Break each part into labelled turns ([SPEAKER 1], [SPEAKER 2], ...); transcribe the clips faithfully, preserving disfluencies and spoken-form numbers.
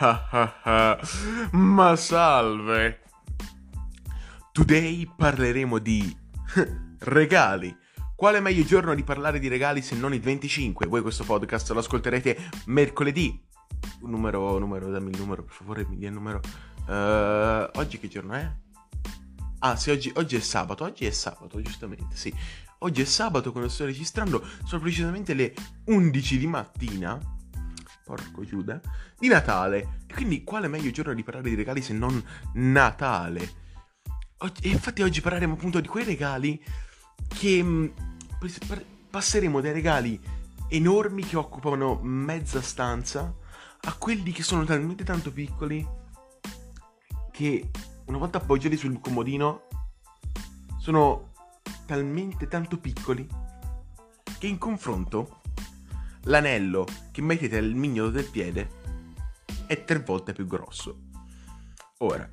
[SPEAKER 1] Ma salve! Today parleremo di regali. Quale meglio giorno di parlare di regali se non il venticinque? Voi questo podcast lo ascolterete mercoledì. Un numero, numero, dammi il numero, per favore, mi dia il numero. Uh, oggi che giorno è? Ah, sì, oggi, oggi è sabato, oggi è sabato, giustamente, sì. Oggi è sabato, quando sto registrando, sono precisamente le undici di mattina. Porco Giuda, di Natale. E quindi quale meglio giorno di parlare di regali se non Natale? Oggi, e infatti oggi parleremo appunto di quei regali che mh, passeremo dai regali enormi che occupano mezza stanza a quelli che sono talmente tanto piccoli che una volta appoggiati sul comodino sono talmente tanto piccoli che in confronto l'anello che mettete al mignolo del piede è tre volte più grosso. Ora,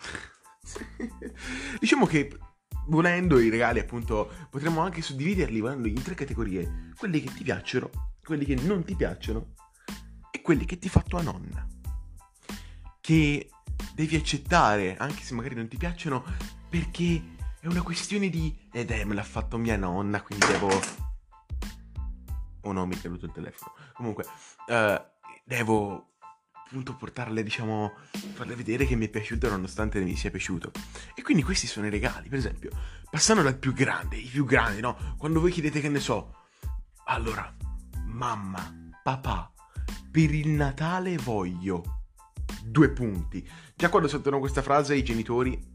[SPEAKER 1] diciamo che volendo i regali appunto potremmo anche suddividerli volendo in tre categorie: quelli che ti piacciono, quelli che non ti piacciono e quelli che ti fa tua nonna, che devi accettare anche se magari non ti piacciono, perché è una questione di ed eh, me l'ha fatto mia nonna, quindi devo... Oh no, mi è caduto il telefono. Comunque, uh, devo appunto portarle, diciamo, farle vedere che mi è piaciuto nonostante mi sia piaciuto. E quindi questi sono i regali, per esempio. Passando dal più grande, i più grandi, no? Quando voi chiedete, che ne so, allora, mamma, papà, per il Natale voglio due punti. Già quando sentono questa frase i genitori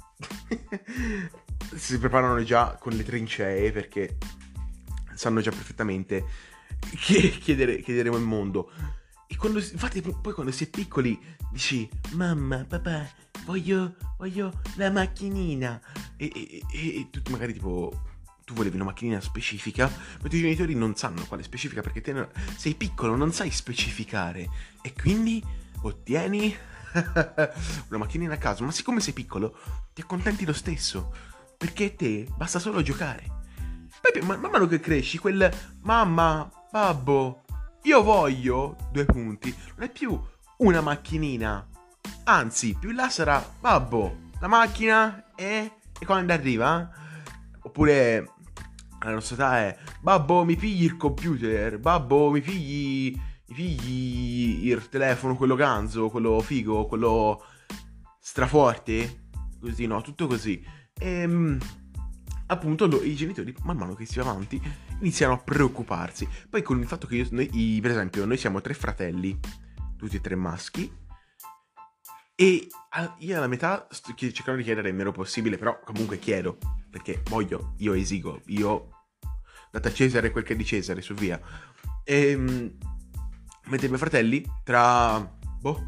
[SPEAKER 1] si preparano già con le trincee, perché sanno già perfettamente che chiedere, chiederemo il mondo. E quando, infatti, poi quando si è piccoli dici mamma, papà, voglio, voglio la macchinina. E, e, e, e tu magari tipo tu volevi una macchinina specifica, ma i tuoi genitori non sanno quale specifica, perché te non, sei piccolo, non sai specificare. E quindi ottieni una macchinina a caso. Ma siccome sei piccolo ti accontenti lo stesso, perché te basta solo giocare. Poi man mano che cresci, quel mamma, babbo, io voglio due punti, non è più una macchinina. Anzi, più là sarà babbo, la macchina è... E quando arriva? Oppure la nostra età è babbo, mi pigli il computer, babbo, mi pigli, mi pigli il telefono, quello ganzo, quello figo, quello straforte. Così, no, tutto così. Ehm... Appunto lo, i genitori man mano che si va avanti iniziano a preoccuparsi. Poi con il fatto che io, noi, i, per esempio noi siamo tre fratelli, tutti e tre maschi, e a, io alla metà sto cercando di chiedere il meno possibile, però comunque chiedo, perché voglio, io esigo, io date a Cesare quel che è di Cesare, su via. E mentre i miei fratelli tra boh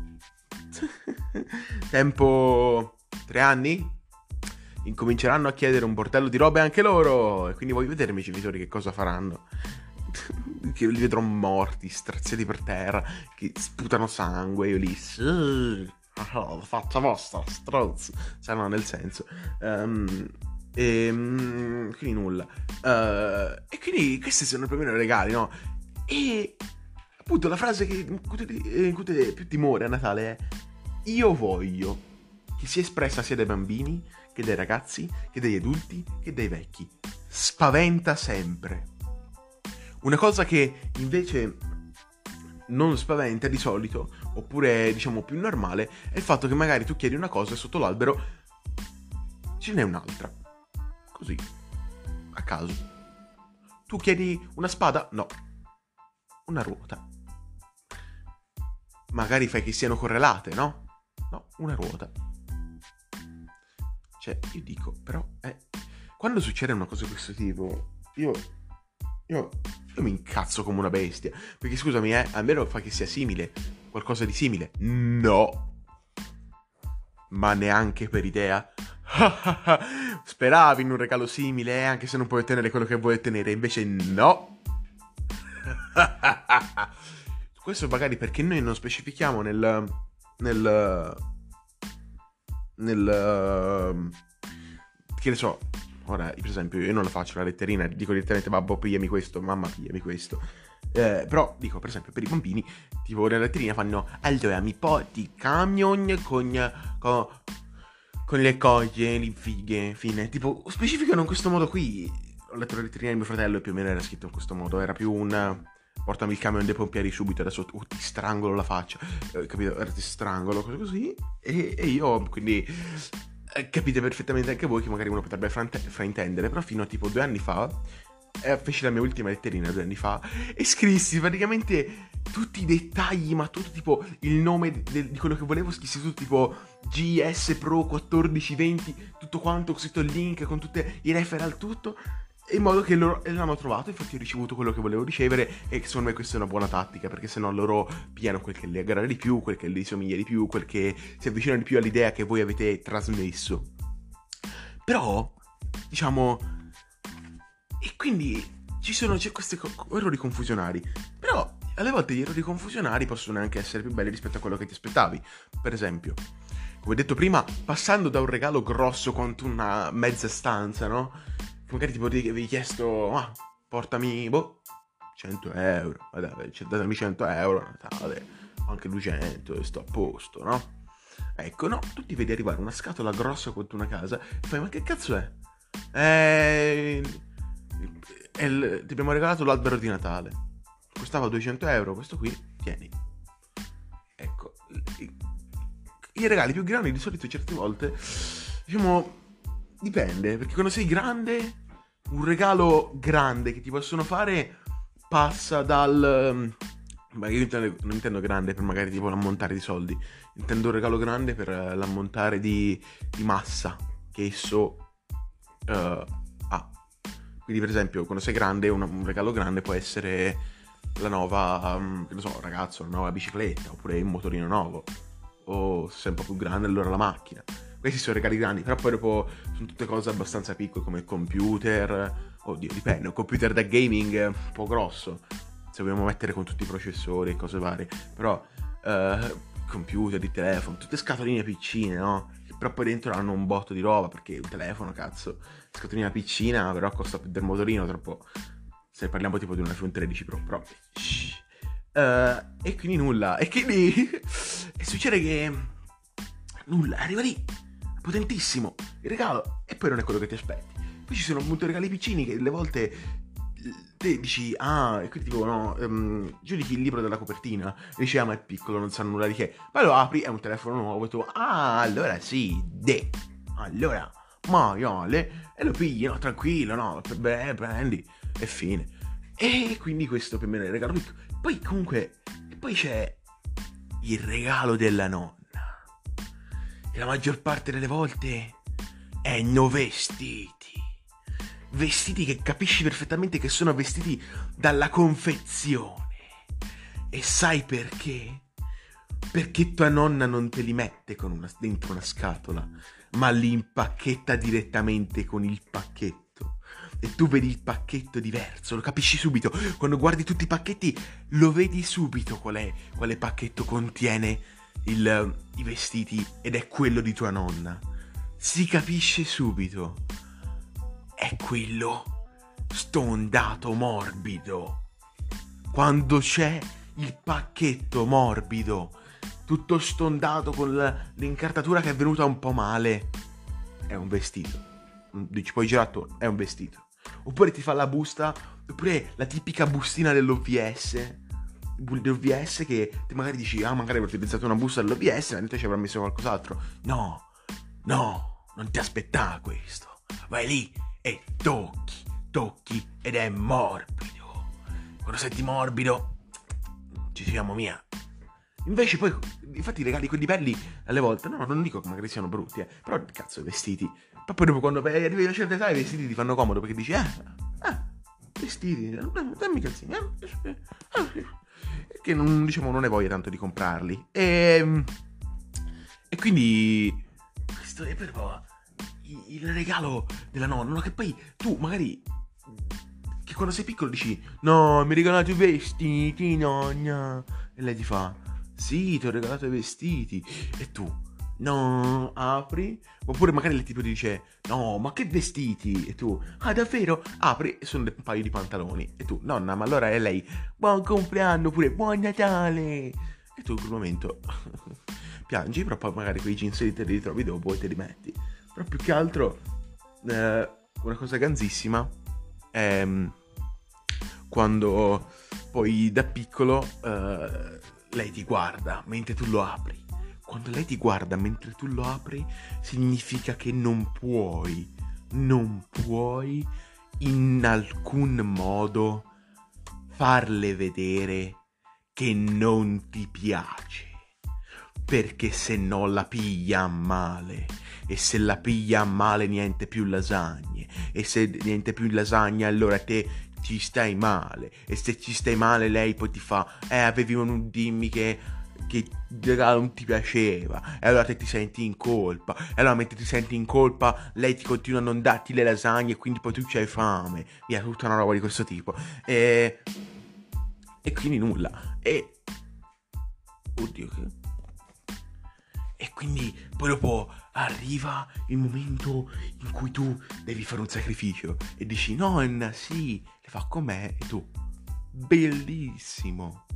[SPEAKER 1] tempo tre anni incominceranno a chiedere un bordello di robe anche loro. E quindi voglio vedere i miei genitori che cosa faranno. Che li vedrò morti, straziati per terra, che sputano sangue. Io lì sì, faccia vostra, stronzo. Cioè no, nel senso um, e, um, quindi nulla. uh, E quindi questi sono i primi regali, no? E appunto la frase che incute più timore a Natale è io voglio, che sia espressa sia dai bambini che dai ragazzi, che dagli adulti, che dai vecchi. Spaventa sempre. Una cosa che invece non spaventa di solito, oppure diciamo più normale, è il fatto che magari tu chiedi una cosa e sotto l'albero ce n'è un'altra. Così, a caso. Tu chiedi una spada? No. Una ruota. Magari fai che siano correlate, no? No, una ruota. Cioè, io dico, però, eh, quando succede una cosa di questo tipo, io, io, io mi incazzo come una bestia. Perché scusami, eh, almeno fa che sia simile, qualcosa di simile. No. Ma neanche per idea. Speravi in un regalo simile, eh, anche se non puoi ottenere quello che vuoi ottenere, invece no. Questo magari perché noi non specifichiamo nel... nel... nel... che ne so, ora per esempio io non la faccio la letterina, dico direttamente babbo pigliami questo, mamma pigliami questo, eh, però dico per esempio per i bambini tipo la letterina fanno allora mi porti camion con, con, con le cose, le fighe, fine, tipo specificano in questo modo qui. Ho letto la letterina di mio fratello e più o meno era scritto in questo modo, era più un portami il camion dei pompieri subito, adesso uh, ti strangolo la faccia, eh, capito? Ti strangolo, cose così, e, e io quindi eh, capite perfettamente anche voi che magari uno potrebbe frante- fraintendere, però fino a tipo due anni fa eh, feci la mia ultima letterina due anni fa e scrissi praticamente tutti i dettagli, ma tutto tipo il nome de- di quello che volevo, scrissi tutto tipo G S Pro quattordici venti, tutto quanto, ho scritto il link con tutti i referral, tutto, in modo che loro l'hanno trovato. Infatti ho ricevuto quello che volevo ricevere e secondo me questa è una buona tattica, perché sennò loro pigliano quel che li aggrada di più, quel che li somiglia di più, quel che si avvicina di più all'idea che voi avete trasmesso. Però diciamo, e quindi ci sono c'è questi co- errori confusionari, però alle volte gli errori confusionari possono anche essere più belli rispetto a quello che ti aspettavi. Per esempio, come detto prima, passando da un regalo grosso quanto una mezza stanza, no? Magari tipo ti avevi chiesto, ah, portami, boh, cento euro, vabbè, datemi cento euro, Natale, anche duecento e sto a posto, no? Ecco, no, tu ti vedi arrivare una scatola grossa quanto una casa e fai, ma che cazzo è? Eh, è il- ti abbiamo regalato l'albero di Natale, costava duecento euro, questo qui, tieni. Ecco, i, i regali più grandi di solito certe volte, diciamo, dipende, perché quando sei grande, un regalo grande che ti possono fare passa dal... Ma io intendo, non intendo grande per magari tipo l'ammontare di soldi, intendo un regalo grande per eh, l'ammontare di, di massa che esso eh, ha. Quindi per esempio quando sei grande un, un regalo grande può essere la nuova, um, che ne so, ragazzo, una nuova bicicletta, oppure un motorino nuovo, o se sei un po' più grande allora la macchina. Questi sono regali grandi, però poi dopo sono tutte cose abbastanza piccole come il computer. Oddio, dipende, un computer da gaming è un po' grosso, se vogliamo mettere con tutti i processori e cose varie. Però eh, computer, di telefono, tutte scatoline piccine, no? Però poi dentro hanno un botto di roba, perché un telefono, cazzo, scatolina piccina, però costa più del motorino, troppo. Se parliamo tipo di un iPhone tredici Pro, però shh. Uh, e quindi nulla. E quindi e succede che nulla, arriva lì, potentissimo, il regalo, e poi non è quello che ti aspetti. Poi ci sono appunto regali piccini che alle volte te dici, ah, e quindi tipo, no, um, giudichi il libro della copertina e dici, ah, ma è piccolo, non sa nulla di che. Poi lo apri, è un telefono nuovo e tu, ah, allora sì, de, allora, maiale, e lo pigli, no, tranquillo, no, beh, prendi, e fine. E quindi questo per me è il regalo piccolo. Poi comunque, e poi c'è il regalo della nonna, che la maggior parte delle volte è vestiti. Vestiti che capisci perfettamente che sono vestiti dalla confezione. E sai perché? Perché tua nonna non te li mette con una, dentro una scatola, ma li impacchetta direttamente con il pacchetto. E tu vedi il pacchetto diverso, lo capisci subito. Quando guardi tutti i pacchetti, lo vedi subito qual è, quale pacchetto contiene il, i vestiti ed è quello di tua nonna. Si capisce subito. È quello stondato morbido. Quando c'è il pacchetto morbido, tutto stondato con la, l'incartatura che è venuta un po' male, è un vestito. Dici poi girato, è un vestito. Oppure ti fa la busta, oppure la tipica bustina dell'O V S, dell'O V S che ti magari dici, ah, magari avrei utilizzato una busta dell'O V S, ma dentro ci avrà messo qualcos'altro. No, no, non ti aspettava questo. Vai lì e tocchi, tocchi ed è morbido. Quando senti morbido, ci siamo mia. Invece poi, infatti i regali quelli belli alle volte, no, non dico che magari siano brutti, eh, però cazzo i vestiti. Ma poi dopo quando arrivi a una certa età i vestiti ti fanno comodo perché dici, eh, eh, vestiti, dammi calzini, eh, eh, che non, diciamo, non ne voglio tanto di comprarli. E, e quindi questo è proprio il regalo della nonna, no? Che poi tu magari, che quando sei piccolo dici, no, mi hai regalato i vestiti, nonna, e lei ti fa, sì, ti ho regalato i vestiti, e tu no, apri. Oppure magari lei tipo ti dice, no, ma che vestiti? E tu, ah davvero? Apri e sono un paio di pantaloni. E tu, nonna, ma allora è lei, buon compleanno, oppure buon Natale. E tu in quel momento piangi, però poi magari quei jeans te li ritrovi dopo e te li metti. Però più che altro, eh, una cosa ganzissima è quando poi da piccolo eh, lei ti guarda mentre tu lo apri. Quando lei ti guarda mentre tu lo apri, significa che non puoi, non puoi in alcun modo farle vedere che non ti piace. Perché se no la piglia a male. E se la piglia a male niente più lasagne. E se niente più lasagne allora te ci stai male. E se ci stai male lei poi ti fa, eh avevi un dimmi che... che non ti piaceva e allora te ti senti in colpa e allora mentre ti senti in colpa lei ti continua a non darti le lasagne e quindi poi tu c'hai fame, via, tutta una roba di questo tipo e, e quindi nulla e oddio che e quindi poi dopo arriva il momento in cui tu devi fare un sacrificio e dici nonna sì, le fa com'è e tu bellissimo